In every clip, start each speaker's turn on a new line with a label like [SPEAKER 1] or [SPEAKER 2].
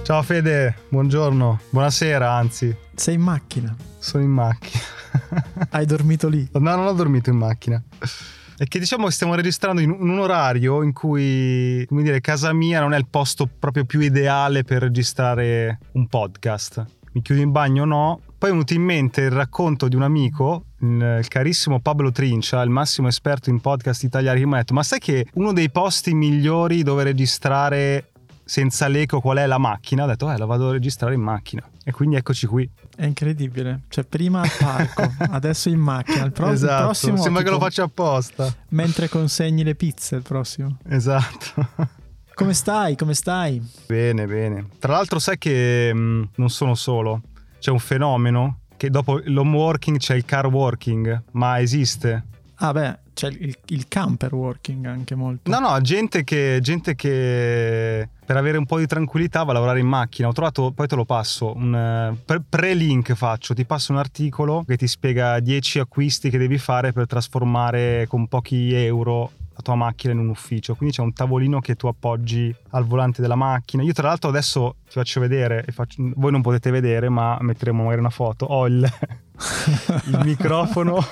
[SPEAKER 1] Ciao Fede, buongiorno, buonasera anzi.
[SPEAKER 2] Sei in macchina?
[SPEAKER 1] Sono in macchina.
[SPEAKER 2] Hai dormito lì?
[SPEAKER 1] No, non ho dormito in macchina. È che diciamo che stiamo registrando in un orario in cui, come dire, casa mia non è il posto proprio più ideale per registrare un podcast. Mi chiudo in bagno, no. Poi è venuto in mente il racconto di un amico, il carissimo Pablo Trincia, il massimo esperto in podcast italiani, che mi ha detto: ma sai che uno dei posti migliori dove registrare senza l'eco qual è? La macchina. Ho detto la vado a registrare in macchina, e quindi eccoci qui.
[SPEAKER 2] È incredibile, cioè prima al parco, adesso in macchina. Il
[SPEAKER 1] Esatto,
[SPEAKER 2] il prossimo
[SPEAKER 1] sembra
[SPEAKER 2] tipo,
[SPEAKER 1] che lo faccia apposta.
[SPEAKER 2] mentre consegni le pizze, il prossimo.
[SPEAKER 1] Esatto.
[SPEAKER 2] Come stai? Come stai?
[SPEAKER 1] Bene, bene. Tra l'altro sai che non sono solo. C'è un fenomeno che dopo l'home working c'è il car working, ma esiste?
[SPEAKER 2] Ah beh, c'è il camper working anche molto.
[SPEAKER 1] No, gente che per avere un po' di tranquillità va a lavorare in macchina. Ho trovato, poi te lo passo, un pre-link faccio, ti passo un articolo che ti spiega 10 acquisti che devi fare per trasformare con pochi euro la tua macchina in un ufficio. Quindi c'è un tavolino che tu appoggi al volante della macchina. Io tra l'altro adesso ti faccio vedere, voi non potete vedere ma metteremo magari una foto. Ho il microfono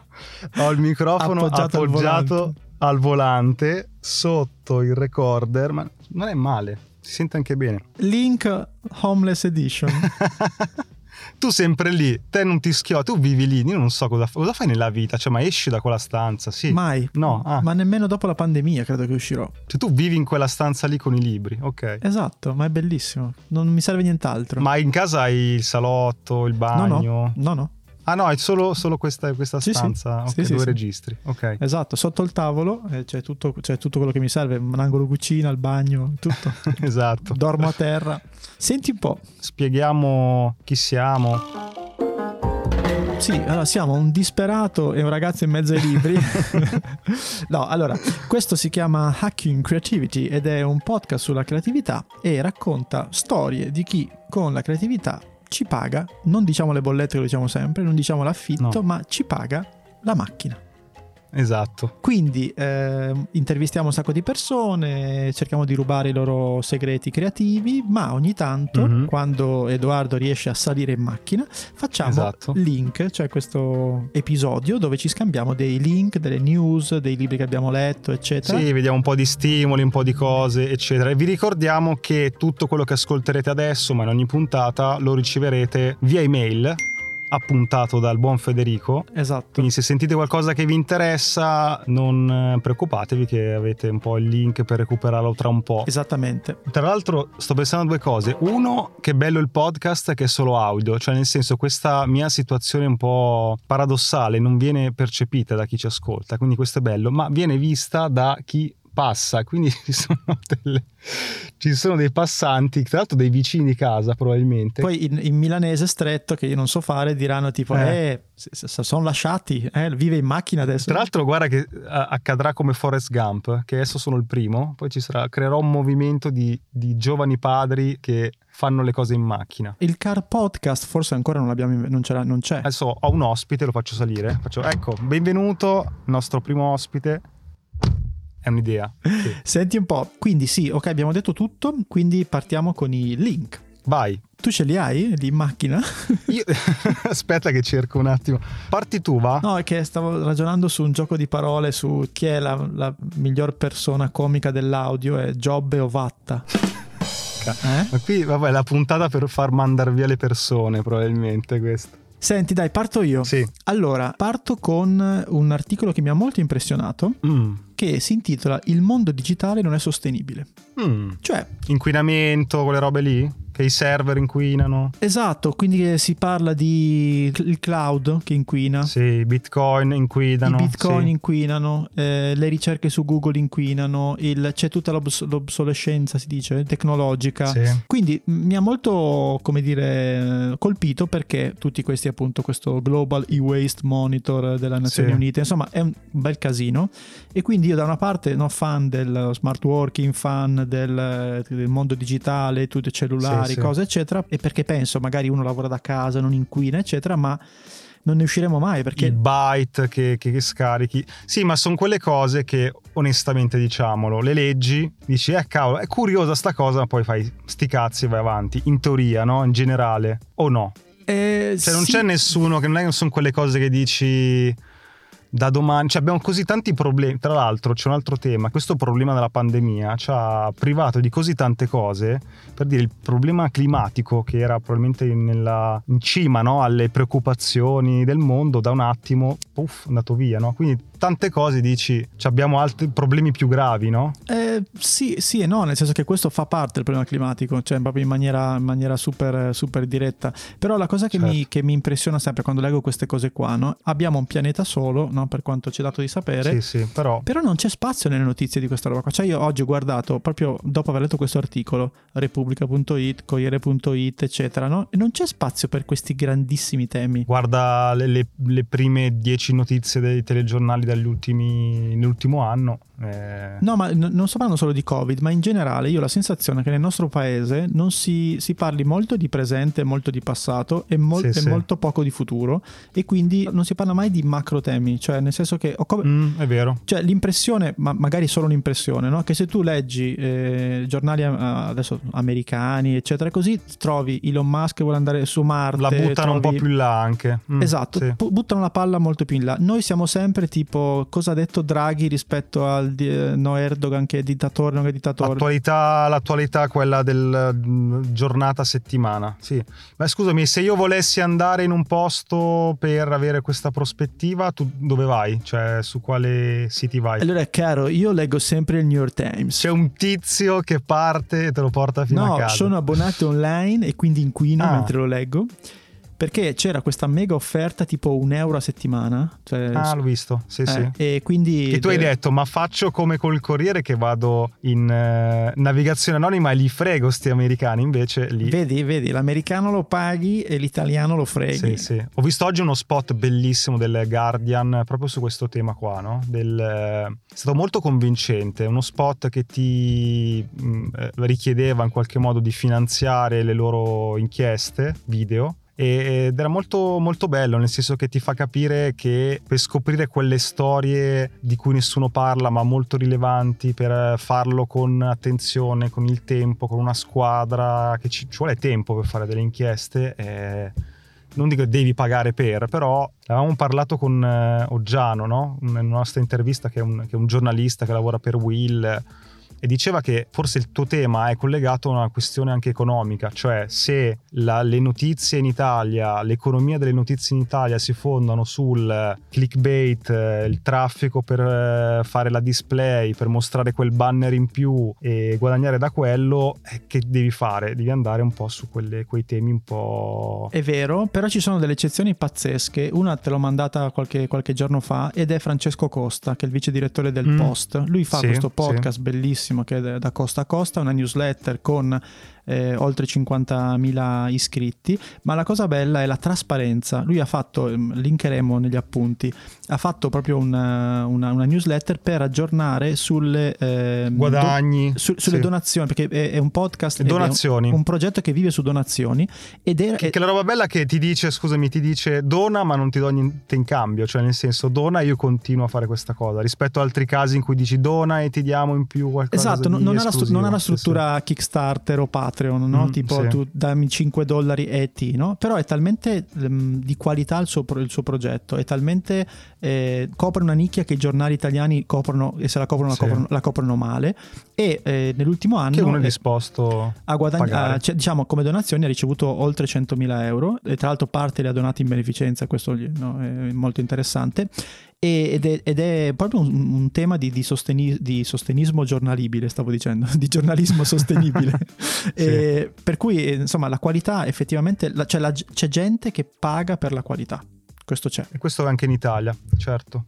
[SPEAKER 1] appoggiato al volante sotto il recorder, ma non è male, si sente anche bene.
[SPEAKER 2] Link Homeless Edition.
[SPEAKER 1] Tu sempre lì, te non ti schiodi, tu vivi lì, io non so cosa fai nella vita, cioè ma esci da quella stanza? Sì.
[SPEAKER 2] Mai.
[SPEAKER 1] No.
[SPEAKER 2] Ma nemmeno dopo la pandemia credo che uscirò.
[SPEAKER 1] Cioè tu vivi in quella stanza lì con i libri, ok.
[SPEAKER 2] Esatto, ma è bellissimo, non mi serve nient'altro.
[SPEAKER 1] Ma in casa hai il salotto, il bagno?
[SPEAKER 2] No.
[SPEAKER 1] Ah no, è solo questa stanza
[SPEAKER 2] Sì.
[SPEAKER 1] dove
[SPEAKER 2] Sì.
[SPEAKER 1] registri, ok.
[SPEAKER 2] Esatto, sotto il tavolo c'è tutto quello che mi serve, un angolo cucina, il bagno, tutto.
[SPEAKER 1] Esatto.
[SPEAKER 2] Dormo a terra. Senti un po'.
[SPEAKER 1] Spieghiamo chi siamo.
[SPEAKER 2] Sì, allora siamo un disperato e un ragazzo in mezzo ai libri. No, allora, questo si chiama Hacking Creativity ed è un podcast sulla creatività e racconta storie di chi con la creatività ci paga, non diciamo le bollette che lo diciamo sempre, non diciamo l'affitto,
[SPEAKER 1] No.
[SPEAKER 2] ma ci paga la macchina.
[SPEAKER 1] Esatto.
[SPEAKER 2] Quindi intervistiamo un sacco di persone, cerchiamo di rubare i loro segreti creativi, ma ogni tanto, quando Edoardo riesce a salire in macchina, facciamo link, cioè questo episodio dove ci scambiamo dei link, delle news, dei libri che abbiamo letto, eccetera.
[SPEAKER 1] Sì, vediamo un po' di stimoli, un po' di cose, eccetera. E vi ricordiamo che tutto quello che ascolterete adesso, ma in ogni puntata, lo riceverete via email, appuntato dal buon Federico.
[SPEAKER 2] Esatto.
[SPEAKER 1] Quindi se sentite qualcosa che vi interessa, non preoccupatevi che avete un po' il link per recuperarlo tra un po'.
[SPEAKER 2] Esattamente.
[SPEAKER 1] Tra l'altro sto pensando a due cose. Uno, che bello il podcast che è solo audio, cioè nel senso questa mia situazione un po' paradossale non viene percepita da chi ci ascolta, quindi questo è bello, ma viene vista da chi passa, quindi ci sono dei passanti, tra l'altro dei vicini di casa probabilmente.
[SPEAKER 2] Poi in milanese stretto, che io non so fare, diranno tipo sono lasciati, vive in macchina adesso.
[SPEAKER 1] Tra l'altro guarda che accadrà come Forrest Gump, che adesso sono il primo, poi creerò un movimento di giovani padri che fanno le cose in macchina.
[SPEAKER 2] Il car podcast forse ancora non c'è.
[SPEAKER 1] Adesso ho un ospite, lo faccio salire, ecco, benvenuto, il nostro primo ospite. È un'idea. Sì.
[SPEAKER 2] Senti un po', quindi sì, ok, abbiamo detto tutto, quindi partiamo con i link.
[SPEAKER 1] Vai.
[SPEAKER 2] Tu ce li hai lì in macchina?
[SPEAKER 1] Io aspetta che cerco un attimo. Parti tu, va?
[SPEAKER 2] No, è che stavo ragionando su un gioco di parole su chi è la miglior persona comica dell'audio, è Giobbe o Vatta.
[SPEAKER 1] Ma qui, vabbè, la puntata per far mandar via le persone, probabilmente questa.
[SPEAKER 2] Senti, dai, parto io.
[SPEAKER 1] Sì.
[SPEAKER 2] Allora, parto con un articolo che mi ha molto impressionato, che si intitola Il mondo digitale non è sostenibile. Cioè,
[SPEAKER 1] inquinamento, quelle robe lì? Che i server inquinano?
[SPEAKER 2] Esatto, quindi si parla di il cloud che inquina.
[SPEAKER 1] Sì, i bitcoin inquinano.
[SPEAKER 2] I bitcoin
[SPEAKER 1] sì.
[SPEAKER 2] inquinano, le ricerche su Google inquinano, c'è tutta l'obsolescenza, si dice, tecnologica.
[SPEAKER 1] Sì.
[SPEAKER 2] Quindi mi ha molto, come dire, colpito, perché tutti questi, appunto, questo Global E-Waste Monitor della Nazioni Unite, insomma è un bel casino. E quindi io da una parte fan del smart working, fan del mondo digitale, tutti i cellulari, cose eccetera, e perché penso magari uno lavora da casa, non inquina eccetera, ma non ne usciremo mai, perché
[SPEAKER 1] il byte che scarichi. Sì, ma sono quelle cose che onestamente, diciamolo, le leggi, dici cavolo, è curiosa sta cosa, ma poi fai sti cazzi e vai avanti, in teoria, no? In generale, o no? Cioè non
[SPEAKER 2] sì.
[SPEAKER 1] c'è nessuno che non sono quelle cose che dici da domani, cioè abbiamo così tanti problemi. Tra l'altro c'è un altro tema, questo problema della pandemia ci ha privato di così tante cose, per dire il problema climatico che era probabilmente in cima, no, alle preoccupazioni del mondo, da un attimo è andato via, no? Quindi tante cose dici, abbiamo altri problemi più gravi, no?
[SPEAKER 2] Sì e no, nel senso che questo fa parte del problema climatico, cioè proprio in maniera super, super diretta. Però la cosa che mi impressiona sempre quando leggo queste cose qua, no? Abbiamo un pianeta solo, no? Per quanto ci è dato di sapere.
[SPEAKER 1] Sì, però
[SPEAKER 2] non c'è spazio nelle notizie di questa roba qua. Cioè io oggi ho guardato, proprio dopo aver letto questo articolo, Repubblica.it, Corriere.it, eccetera, no? E non c'è spazio per questi grandissimi temi.
[SPEAKER 1] Guarda le prime 10 notizie dei telegiornali nell'ultimo anno.
[SPEAKER 2] No, ma non sto parlando solo di Covid, ma in generale io ho la sensazione che nel nostro paese non si parli molto di presente, molto di passato e molto poco di futuro, e quindi non si parla mai di macro temi, cioè nel senso che
[SPEAKER 1] è vero,
[SPEAKER 2] cioè l'impressione, ma magari solo un'impressione, no? Che se tu leggi giornali adesso americani eccetera così, trovi Elon Musk che vuole andare su Marte,
[SPEAKER 1] la buttano un po' più in là anche,
[SPEAKER 2] esatto, sì. Buttano la palla molto più in là. Noi siamo sempre tipo cosa ha detto Draghi rispetto al no Erdogan che è dittatore, non è dittatore.
[SPEAKER 1] L'attualità quella del giornata settimana. Sì. Ma scusami, se io volessi andare in un posto per avere questa prospettiva, tu dove vai? Cioè su quale siti vai?
[SPEAKER 2] Allora caro, io leggo sempre il New York Times.
[SPEAKER 1] C'è un tizio che parte e te lo porta fino a casa.
[SPEAKER 2] No, sono abbonato online e quindi inquino mentre lo leggo. Perché c'era questa mega offerta tipo €1 a settimana. Cioè,
[SPEAKER 1] l'ho visto, sì.
[SPEAKER 2] E quindi...
[SPEAKER 1] E tu hai detto, ma faccio come col Corriere che vado in navigazione anonima e li frego sti americani, invece lì...
[SPEAKER 2] Vedi, l'americano lo paghi e l'italiano lo freghi.
[SPEAKER 1] Sì. Ho visto oggi uno spot bellissimo del Guardian proprio su questo tema qua, no? È stato molto convincente, uno spot che ti richiedeva in qualche modo di finanziare le loro inchieste video. Ed era molto molto bello, nel senso che ti fa capire che per scoprire quelle storie di cui nessuno parla ma molto rilevanti, per farlo con attenzione, con il tempo, con una squadra, che ci vuole tempo per fare delle inchieste, non dico che devi pagare però avevamo parlato con Oggiano, no? Una nostra intervista, che è un giornalista che lavora per Will, e diceva che forse il tuo tema è collegato a una questione anche economica, cioè se le notizie in Italia, l'economia delle notizie in Italia si fondano sul clickbait, il traffico per fare la display, per mostrare quel banner in più e guadagnare da quello, che devi fare? Devi andare un po' su quei temi un po'...
[SPEAKER 2] È vero, però ci sono delle eccezioni pazzesche. Una te l'ho mandata qualche giorno fa ed è Francesco Costa, che è il vice direttore del Post. Lui fa questo podcast bellissimo che è da Costa a Costa, una newsletter con oltre 50.000 iscritti, ma la cosa bella è la trasparenza. Lui ha fatto, linkeremo negli appunti, ha fatto proprio una newsletter per aggiornare sulle
[SPEAKER 1] guadagni,
[SPEAKER 2] sulle donazioni, perché è un podcast,
[SPEAKER 1] donazioni,
[SPEAKER 2] un progetto che vive su donazioni,
[SPEAKER 1] che la roba bella che ti dice dona ma non ti do niente in cambio, cioè nel senso dona e io continuo a fare questa cosa, rispetto ad altri casi in cui dici dona e ti diamo in più qualcosa.
[SPEAKER 2] Esatto, non ha la struttura Kickstarter o Patreon, no? Tipo tu dammi $5 e no? Però è talmente di qualità il suo progetto, è talmente copre una nicchia che i giornali italiani coprono, e se la coprono male, e nell'ultimo anno
[SPEAKER 1] che uno è disposto
[SPEAKER 2] a guadagnare, cioè, diciamo, come donazioni ha ricevuto oltre 100.000 euro, e tra l'altro parte le ha donate in beneficenza. Questo è molto interessante. Ed è proprio un tema di sostenismo giornalibile, stavo dicendo, di giornalismo sostenibile. Per cui insomma la qualità effettivamente, c'è gente che paga per la qualità, questo c'è.
[SPEAKER 1] E questo anche in Italia, certo.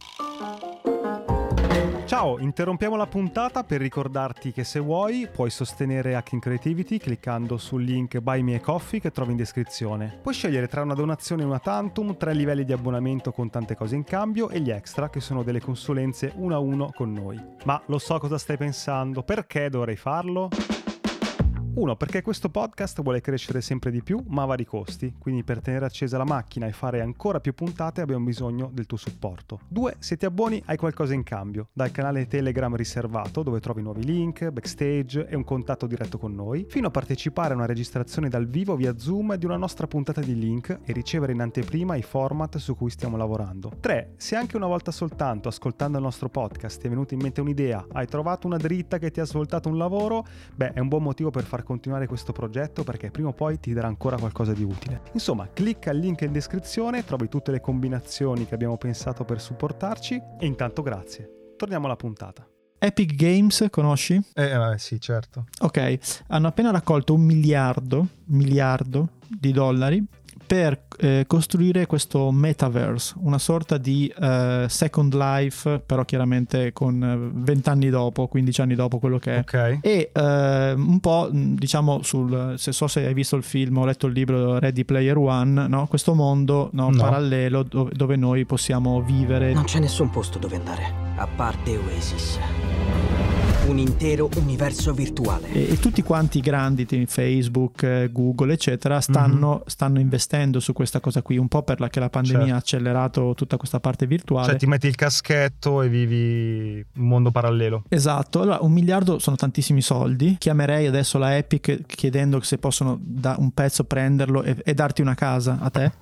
[SPEAKER 1] Ciao, interrompiamo la puntata per ricordarti che se vuoi puoi sostenere Hacking Creativity cliccando sul link Buy Me a Coffee che trovi in descrizione. Puoi scegliere tra una donazione e una tantum, 3 livelli di abbonamento con tante cose in cambio e gli extra che sono delle consulenze 1 a 1 con noi. Ma lo so cosa stai pensando, perché dovrei farlo? 1. Perché questo podcast vuole crescere sempre di più, ma a vari costi, quindi per tenere accesa la macchina e fare ancora più puntate abbiamo bisogno del tuo supporto. 2. Se ti abboni hai qualcosa in cambio, dal canale Telegram riservato dove trovi nuovi link, backstage e un contatto diretto con noi, fino a partecipare a una registrazione dal vivo via Zoom di una nostra puntata di Link e ricevere in anteprima i format su cui stiamo lavorando. 3. Se anche una volta soltanto ascoltando il nostro podcast ti è venuta in mente un'idea, hai trovato una dritta che ti ha svoltato un lavoro, è un buon motivo per far continuare questo progetto, perché prima o poi ti darà ancora qualcosa di utile. Insomma, clicca il link in descrizione, trovi tutte le combinazioni che abbiamo pensato per supportarci e intanto grazie. Torniamo alla puntata.
[SPEAKER 2] Epic Games, conosci?
[SPEAKER 1] Sì, certo.
[SPEAKER 2] Ok, hanno appena raccolto $1 miliardo di dollari per costruire questo metaverse, una sorta di Second Life, però chiaramente con 20 anni dopo, 15 anni dopo quello che è.
[SPEAKER 1] Ok.
[SPEAKER 2] E un po', diciamo, se hai visto il film o letto il libro Ready Player One, no? Questo mondo parallelo dove noi possiamo vivere.
[SPEAKER 3] Non c'è nessun posto dove andare, a parte Oasis. Un intero universo virtuale.
[SPEAKER 2] E tutti quanti i grandi, Facebook, Google, eccetera, stanno investendo su questa cosa qui, un po' perché la pandemia ha accelerato tutta questa parte virtuale.
[SPEAKER 1] Cioè ti metti il caschetto e vivi un mondo parallelo.
[SPEAKER 2] Esatto. Allora, $1 miliardo sono tantissimi soldi. Chiamerei adesso la Epic chiedendo se possono da un pezzo prenderlo e darti una casa a te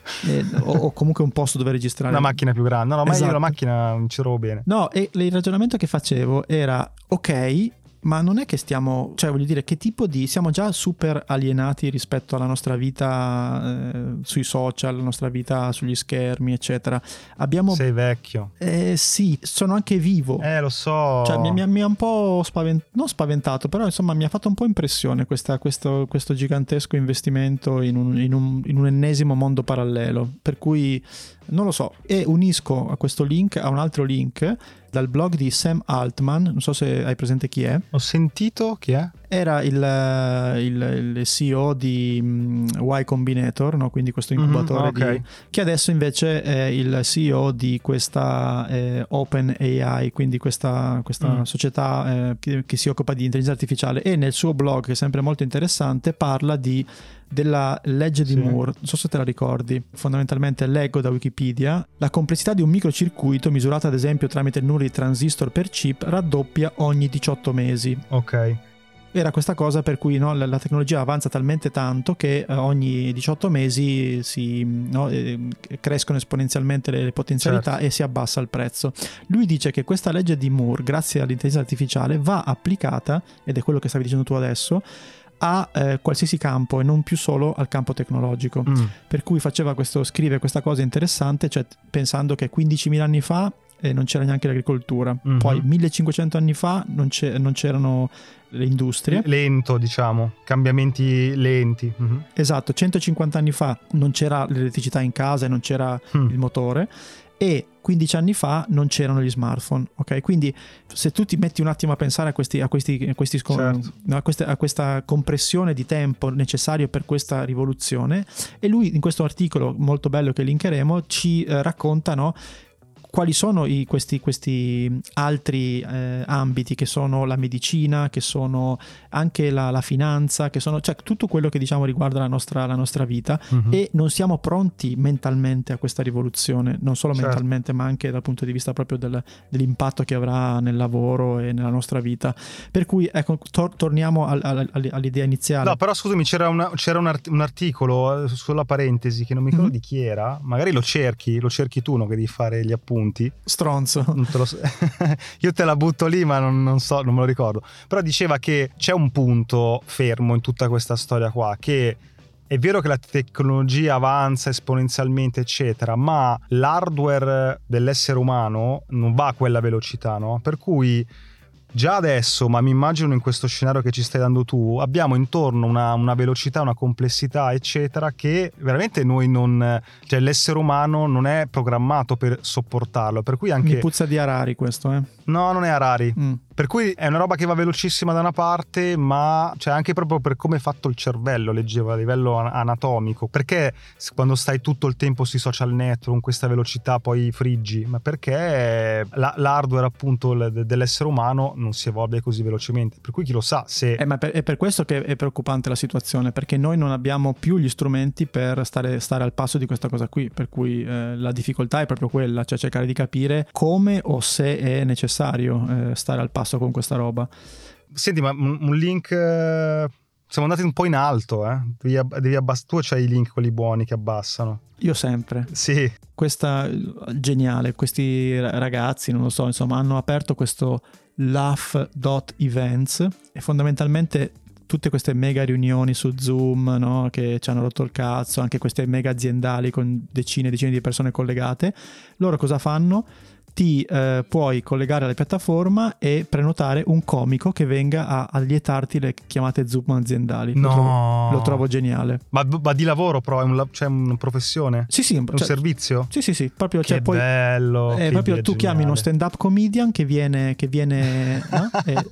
[SPEAKER 2] o comunque un posto dove registrare
[SPEAKER 1] una macchina più grande. No, ma
[SPEAKER 2] esatto.
[SPEAKER 1] io la macchina non ci trovo bene.
[SPEAKER 2] No, e il ragionamento che facevo era: ok, ma non è che stiamo, cioè voglio dire, che tipo di, siamo già super alienati rispetto alla nostra vita sui social, la nostra vita sugli schermi, eccetera. Sei
[SPEAKER 1] vecchio.
[SPEAKER 2] Sì, sono anche vivo.
[SPEAKER 1] Lo so.
[SPEAKER 2] Cioè mi ha un po' non spaventato, però insomma mi ha fatto un po' impressione questo gigantesco investimento in un ennesimo mondo parallelo, per cui non lo so. E unisco a questo link a un altro link dal blog di Sam Altman, non so se hai presente chi è.
[SPEAKER 1] Ho sentito chi è.
[SPEAKER 2] Era il CEO di Y Combinator, no? Quindi questo incubatore che adesso invece è il CEO di questa OpenAI, quindi questa società che si occupa di intelligenza artificiale, e nel suo blog, che è sempre molto interessante, parla della legge di Moore. Non so se te la ricordi. Fondamentalmente leggo da Wikipedia: la complessità di un microcircuito, misurata ad esempio tramite il numero di transistor per chip, raddoppia ogni 18 mesi.
[SPEAKER 1] Ok.
[SPEAKER 2] Era questa cosa per cui la tecnologia avanza talmente tanto che ogni 18 mesi crescono esponenzialmente le potenzialità e si abbassa il prezzo. Lui dice che questa legge di Moore, grazie all'intelligenza artificiale, va applicata, ed è quello che stavi dicendo tu adesso, a qualsiasi campo e non più solo al campo tecnologico. Per cui scrive questa cosa interessante, cioè pensando che 15.000 anni fa non c'era neanche l'agricoltura, poi 1500 anni fa non c'erano le industrie.
[SPEAKER 1] Lento, diciamo, cambiamenti lenti.
[SPEAKER 2] Esatto, 150 anni fa non c'era l'elettricità in casa e non c'era il motore, e 15 anni fa non c'erano gli smartphone, ok? Quindi se tu ti metti un attimo a pensare a questa compressione di tempo necessario per questa rivoluzione, e lui in questo articolo molto bello che linkeremo ci racconta, no, quali sono questi altri ambiti, che sono la medicina, che sono anche la finanza, che sono, cioè tutto quello che diciamo riguarda la nostra vita, e non siamo pronti mentalmente a questa rivoluzione, non solo mentalmente ma anche dal punto di vista proprio dell'impatto che avrà nel lavoro e nella nostra vita. Per cui ecco, torniamo all'idea iniziale.
[SPEAKER 1] No, però scusami, c'era un articolo sulla parentesi che non mi ricordo di chi era, magari lo cerchi tu, no, che devi fare gli appunti.
[SPEAKER 2] Stronzo.
[SPEAKER 1] Io te la butto lì, ma non so, non me lo ricordo. Però diceva che c'è un punto fermo in tutta questa storia qua, che è vero che la tecnologia avanza esponenzialmente, eccetera, ma l'hardware dell'essere umano non va a quella velocità, no? Per cui già adesso, ma mi immagino in questo scenario che ci stai dando tu, abbiamo intorno una velocità, una complessità, eccetera, che veramente cioè l'essere umano non è programmato per sopportarlo. Per cui anche...
[SPEAKER 2] Mi puzza di Harari questo,
[SPEAKER 1] No, non è Harari. Per cui è una roba che va velocissima da una parte, ma cioè anche proprio per come è fatto il cervello, leggevo a livello anatomico. Perché quando stai tutto il tempo sui social network con questa velocità poi friggi? Ma perché l'hardware appunto dell'essere umano non si evolve così velocemente. Per cui chi lo sa se...
[SPEAKER 2] Ma è per questo che è preoccupante la situazione, perché noi non abbiamo più gli strumenti per stare al passo di questa cosa qui, per cui la difficoltà è proprio quella, cioè cercare di capire come o se è necessario stare al passo con questa roba.
[SPEAKER 1] Senti, ma un link, siamo andati un po' in alto, tu c'hai i link quelli buoni che abbassano.
[SPEAKER 2] Io sempre.
[SPEAKER 1] Sì.
[SPEAKER 2] Questa geniale, questi ragazzi, non lo so, insomma, hanno aperto questo laugh.events e fondamentalmente tutte queste mega riunioni su Zoom, no, che ci hanno rotto il cazzo, anche queste mega aziendali con decine e decine di persone collegate, loro cosa fanno? Ti puoi collegare alla piattaforma e prenotare un comico che venga a allietarti le chiamate Zoom aziendali.
[SPEAKER 1] No.
[SPEAKER 2] Lo trovo geniale.
[SPEAKER 1] Ma di lavoro però, c'è una professione?
[SPEAKER 2] Sì.
[SPEAKER 1] È un servizio?
[SPEAKER 2] Sì. Proprio,
[SPEAKER 1] che bello.
[SPEAKER 2] Che proprio tu chiami uno stand-up comedian che viene no?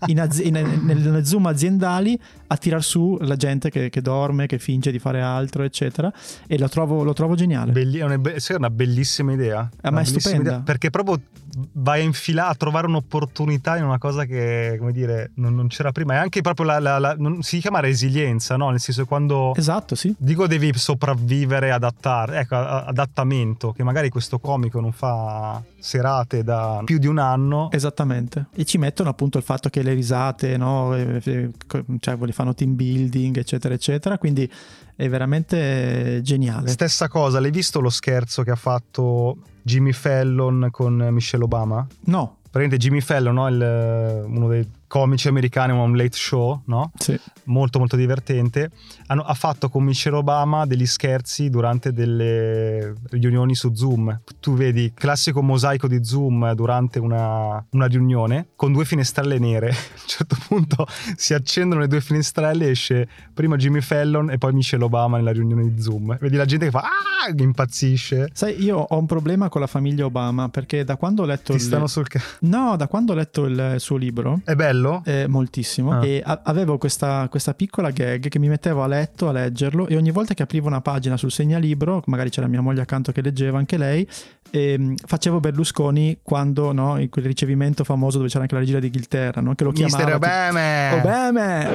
[SPEAKER 2] nelle Zoom aziendali a tirar su la gente che dorme, che finge di fare altro, eccetera. E lo trovo geniale.
[SPEAKER 1] È una bellissima idea.
[SPEAKER 2] Ma è stupenda.
[SPEAKER 1] Idea, perché proprio vai a infilare, a trovare un'opportunità in una cosa che, come dire, non c'era prima. È anche proprio si chiama resilienza, no? Nel senso che quando...
[SPEAKER 2] Esatto, sì.
[SPEAKER 1] Dico devi sopravvivere, adattare. Ecco, adattamento, che magari questo comico non fa serate da più di un anno.
[SPEAKER 2] Esattamente. E ci mettono appunto il fatto che le risate, no? Cioè li fanno team building, eccetera, eccetera. Quindi è veramente geniale.
[SPEAKER 1] Stessa cosa, l'hai visto lo scherzo che ha fatto Jimmy Fallon con Michelle Obama?
[SPEAKER 2] No.
[SPEAKER 1] Praticamente Jimmy Fallon, no? Uno dei comici americani, un late show, no?
[SPEAKER 2] Sì.
[SPEAKER 1] Molto molto divertente. Ha fatto con Michelle Obama degli scherzi durante delle riunioni su Zoom. Tu vedi il classico mosaico di Zoom durante una riunione con due finestrelle nere. A un certo punto si accendono le due finestrelle, esce prima Jimmy Fallon e poi Michelle Obama nella riunione di Zoom. Vedi la gente che fa che impazzisce.
[SPEAKER 2] Sai, io ho un problema con la famiglia Obama, perché da quando ho letto da quando ho letto il suo libro.
[SPEAKER 1] È bello?
[SPEAKER 2] Moltissimo. E avevo questa piccola gag che mi mettevo a letto a leggerlo, e ogni volta che aprivo una pagina sul segnalibro, magari c'era mia moglie accanto che leggeva anche lei, e facevo Berlusconi quando, no, in quel ricevimento famoso dove c'era anche la regina d'Inghilterra, no, che lo chiamava
[SPEAKER 1] Mister Obama.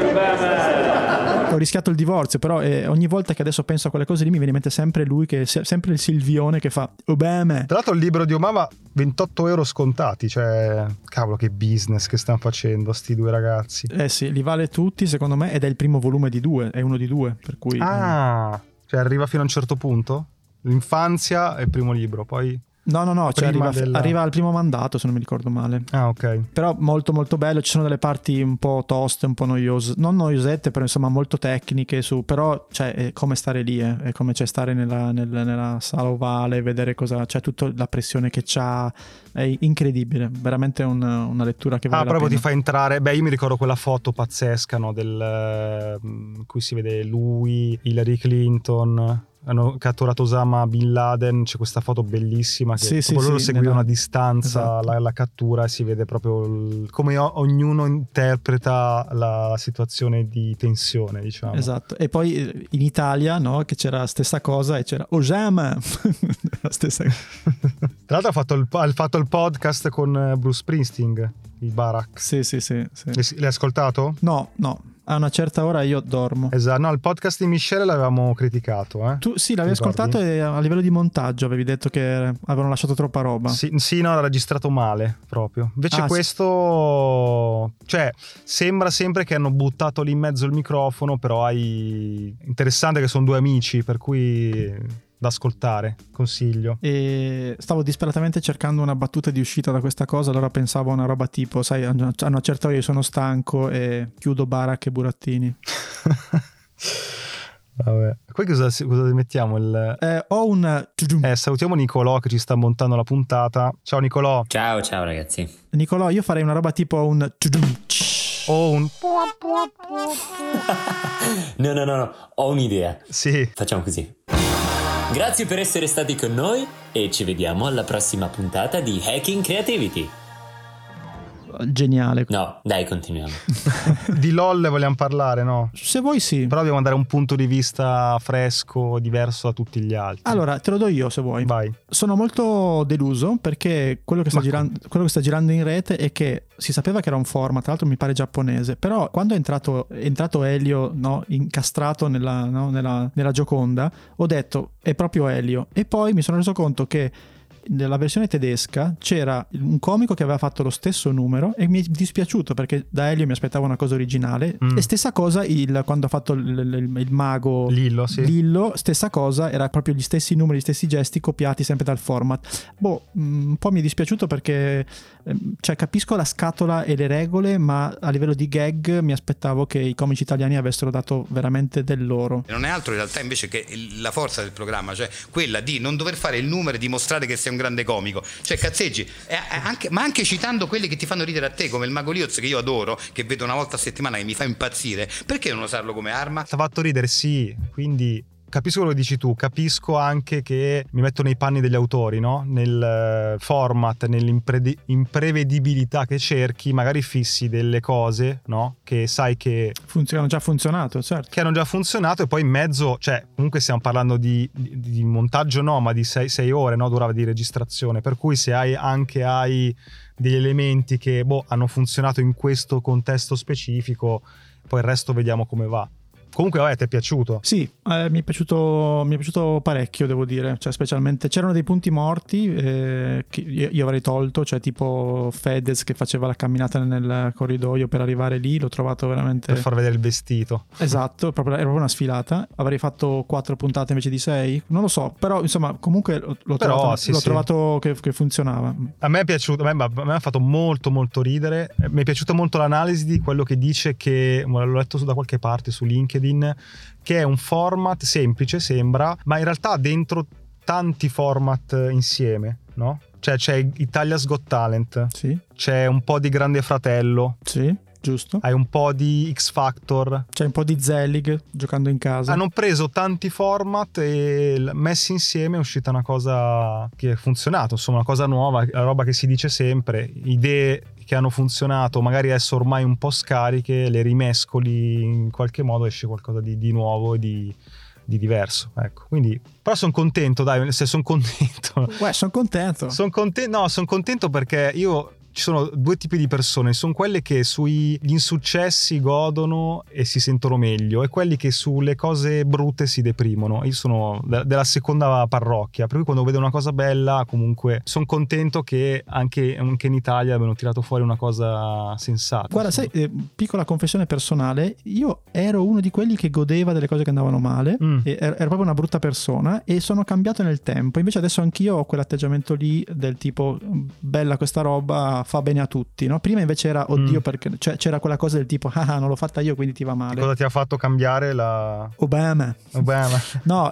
[SPEAKER 2] Ho rischiato il divorzio, però ogni volta che adesso penso a quelle cose lì mi viene in mente sempre lui, che è sempre il Silvione che fa Obama.
[SPEAKER 1] Tra l'altro il libro di Obama 28 euro scontati, cioè cavolo che business che stanno facendo sti due ragazzi.
[SPEAKER 2] Sì, li vale tutti secondo me, ed è il primo volume di due, è uno di due, per cui
[SPEAKER 1] cioè arriva fino a un certo punto, l'infanzia è il primo libro, poi
[SPEAKER 2] no, cioè arriva al primo mandato, se non mi ricordo male.
[SPEAKER 1] Ok.
[SPEAKER 2] Però molto molto bello, ci sono delle parti un po' toste, un po' noiose, non noiosette, però insomma molto tecniche però cioè è come stare lì, è come c'è stare nella sala ovale, vedere cosa c'è, tutta la pressione che c'ha, è incredibile, veramente una lettura che vale la
[SPEAKER 1] proprio
[SPEAKER 2] pena.
[SPEAKER 1] Ti fa entrare, io mi ricordo quella foto pazzesca, no, in cui si vede lui, Hillary Clinton, hanno catturato Osama Bin Laden, c'è questa foto bellissima che loro seguivano a distanza, esatto, la cattura, e si vede proprio come ognuno interpreta la situazione di tensione, diciamo.
[SPEAKER 2] Esatto. E poi in Italia, no, che c'era la stessa cosa, e c'era Osama la stessa cosa.
[SPEAKER 1] Tra l'altro ha fatto il podcast con Bruce Springsteen, il Barack.
[SPEAKER 2] Sì.
[SPEAKER 1] L'hai ascoltato?
[SPEAKER 2] No. A una certa ora io dormo.
[SPEAKER 1] Esatto, no, il podcast di Michele l'avevamo criticato.
[SPEAKER 2] Tu sì, l'avevi ascoltato, e a livello di montaggio avevi detto che avevano lasciato troppa roba.
[SPEAKER 1] Sì, no, era registrato male proprio. Invece questo, cioè, sembra sempre che hanno buttato lì in mezzo il microfono, però interessante che sono due amici, per cui da ascoltare, consiglio.
[SPEAKER 2] E stavo disperatamente cercando una battuta di uscita da questa cosa, allora pensavo a una roba tipo, sai, a una certa ora io sono stanco e chiudo Barack e Burattini.
[SPEAKER 1] Vabbè. Poi cosa mettiamo?
[SPEAKER 2] Ho un
[SPEAKER 1] salutiamo Nicolò che ci sta montando la puntata. Ciao Nicolò.
[SPEAKER 4] Ciao ragazzi.
[SPEAKER 2] Nicolò, io farei una roba tipo un
[SPEAKER 1] o un
[SPEAKER 4] no, ho un'idea.
[SPEAKER 1] Sì.
[SPEAKER 4] Facciamo così. Grazie per essere stati con noi e ci vediamo alla prossima puntata di Hacking Creativity.
[SPEAKER 2] geniale.
[SPEAKER 4] No, dai, continuiamo.
[SPEAKER 1] Di LOL vogliamo parlare, no?
[SPEAKER 2] Se vuoi sì.
[SPEAKER 1] Però dobbiamo dare un punto di vista fresco, diverso da tutti gli altri.
[SPEAKER 2] Allora, te lo do io se vuoi.
[SPEAKER 1] Vai.
[SPEAKER 2] Sono molto deluso perché quello che sta girando in rete è che si sapeva che era un format, tra l'altro mi pare giapponese, però quando è entrato Elio, no, incastrato nella Gioconda, ho detto è proprio Elio, e poi mi sono reso conto che nella versione tedesca c'era un comico che aveva fatto lo stesso numero e mi è dispiaciuto perché da Elio mi aspettavo una cosa originale. E stessa cosa quando ha fatto il mago
[SPEAKER 1] Lillo, sì.
[SPEAKER 2] Lillo, stessa cosa, era proprio gli stessi numeri, gli stessi gesti copiati sempre dal format. Un po' mi è dispiaciuto perché cioè capisco la scatola e le regole, ma a livello di gag mi aspettavo che i comici italiani avessero dato veramente del loro.
[SPEAKER 5] Non è altro in realtà invece che la forza del programma, cioè quella di non dover fare il numero e dimostrare che sei un grande comico, cioè cazzeggi ma anche citando quelli che ti fanno ridere a te, come il Mago Lioz, che io adoro, che vedo una volta a settimana, che mi fa impazzire. Perché non usarlo come arma?
[SPEAKER 1] Ti ha fatto ridere, sì, quindi capisco quello che dici tu, capisco anche che mi metto nei panni degli autori, no? Nel format, nell'imprevedibilità che cerchi, magari fissi delle cose, no? Che sai che
[SPEAKER 2] hanno già funzionato, certo.
[SPEAKER 1] Che hanno già funzionato, e poi in mezzo, cioè comunque stiamo parlando di montaggio, no, ma di 6 ore, no, durava di registrazione, per cui se hai degli elementi che hanno funzionato in questo contesto specifico, poi il resto vediamo come va. Comunque, ti è piaciuto?
[SPEAKER 2] Sì, mi è piaciuto parecchio, devo dire. Cioè, specialmente c'erano dei punti morti che io avrei tolto, cioè tipo Fedez che faceva la camminata nel corridoio per arrivare lì, l'ho trovato veramente...
[SPEAKER 1] Per far vedere il vestito.
[SPEAKER 2] Esatto, era proprio una sfilata. Avrei fatto 4 puntate invece di 6, non lo so, però insomma comunque l'ho trovato che funzionava. A me è piaciuto,
[SPEAKER 1] a me ha fatto molto molto ridere. Mi è piaciuta molto l'analisi di quello che dice, che l'ho letto da qualche parte su LinkedIn, che è un format semplice, sembra, ma in realtà ha dentro tanti format insieme, no? Cioè c'è Italia's Got Talent,
[SPEAKER 2] sì.
[SPEAKER 1] C'è un po' di Grande Fratello,
[SPEAKER 2] sì, giusto.
[SPEAKER 1] Hai un po' di X Factor,
[SPEAKER 2] c'è un po' di Zelig giocando in casa.
[SPEAKER 1] Hanno preso tanti format e messi insieme è uscita una cosa che ha funzionato, insomma una cosa nuova, la roba che si dice sempre, idee che hanno funzionato, magari adesso ormai un po' scariche, le rimescoli in qualche modo, esce qualcosa di nuovo e di diverso, ecco. Quindi però sono contento, dai, se sono contento.
[SPEAKER 2] Sono contento.
[SPEAKER 1] Sono contento perché ci sono 2 tipi di persone, sono quelle che sugli insuccessi godono e si sentono meglio, e quelli che sulle cose brutte si deprimono. Io sono della seconda parrocchia, per cui quando vedo una cosa bella comunque sono contento che anche in Italia abbiano tirato fuori una cosa sensata.
[SPEAKER 2] Guarda, sai, piccola confessione personale, io ero uno di quelli che godeva delle cose che andavano male, e ero proprio una brutta persona, e sono cambiato nel tempo. Invece adesso anch'io ho quell'atteggiamento lì del tipo bella questa roba, fa bene a tutti, no? Prima invece era oddio, perché cioè, c'era quella cosa del tipo non l'ho fatta io quindi ti va male.
[SPEAKER 1] Cosa ti ha fatto cambiare la...
[SPEAKER 2] Obama. No,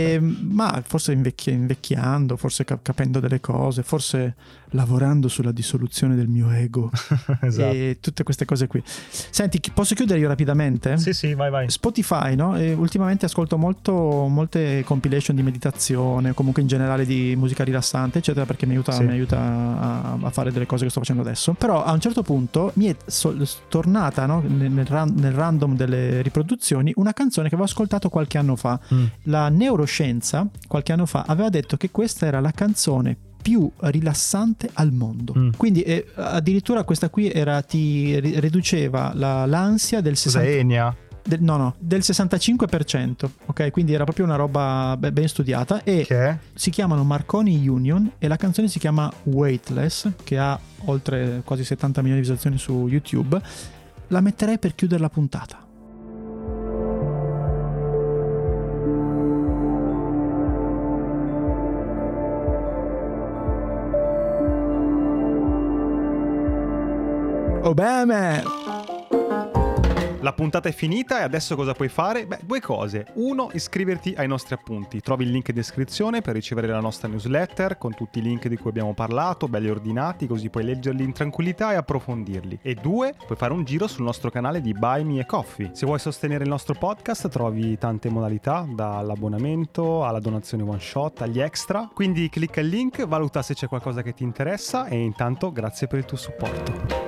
[SPEAKER 2] ma forse invecchiando, forse capendo delle cose, forse lavorando sulla dissoluzione del mio ego.
[SPEAKER 1] Esatto.
[SPEAKER 2] E tutte queste cose qui. Senti, posso chiudere io rapidamente?
[SPEAKER 1] Sì, vai.
[SPEAKER 2] Spotify, no? E ultimamente ascolto molte compilation di meditazione, comunque in generale di musica rilassante, eccetera, perché mi aiuta a fare delle cose che sto facendo adesso. Però a un certo punto mi è tornata, no? nel random delle riproduzioni, una canzone che avevo ascoltato qualche anno fa. La neuroscienza qualche anno fa aveva detto che questa era la canzone più rilassante al mondo. Quindi addirittura questa qui ti riduceva l'ansia del 60%. Del 65%, ok? Quindi era proprio una roba ben studiata, e si chiamano Marconi Union, e la canzone si chiama Weightless, che ha oltre quasi 70 milioni di visualizzazioni su YouTube. La metterei per chiudere la puntata. Obama!
[SPEAKER 1] La puntata è finita, e adesso cosa puoi fare? 2 cose. 1, iscriverti ai nostri appunti. Trovi il link in descrizione per ricevere la nostra newsletter con tutti i link di cui abbiamo parlato, belli ordinati, così puoi leggerli in tranquillità e approfondirli. E 2, puoi fare un giro sul nostro canale di Buy Me a Coffee. Se vuoi sostenere il nostro podcast trovi tante modalità, dall'abbonamento alla donazione one shot agli extra. Quindi clicca il link, valuta se c'è qualcosa che ti interessa, e intanto grazie per il tuo supporto.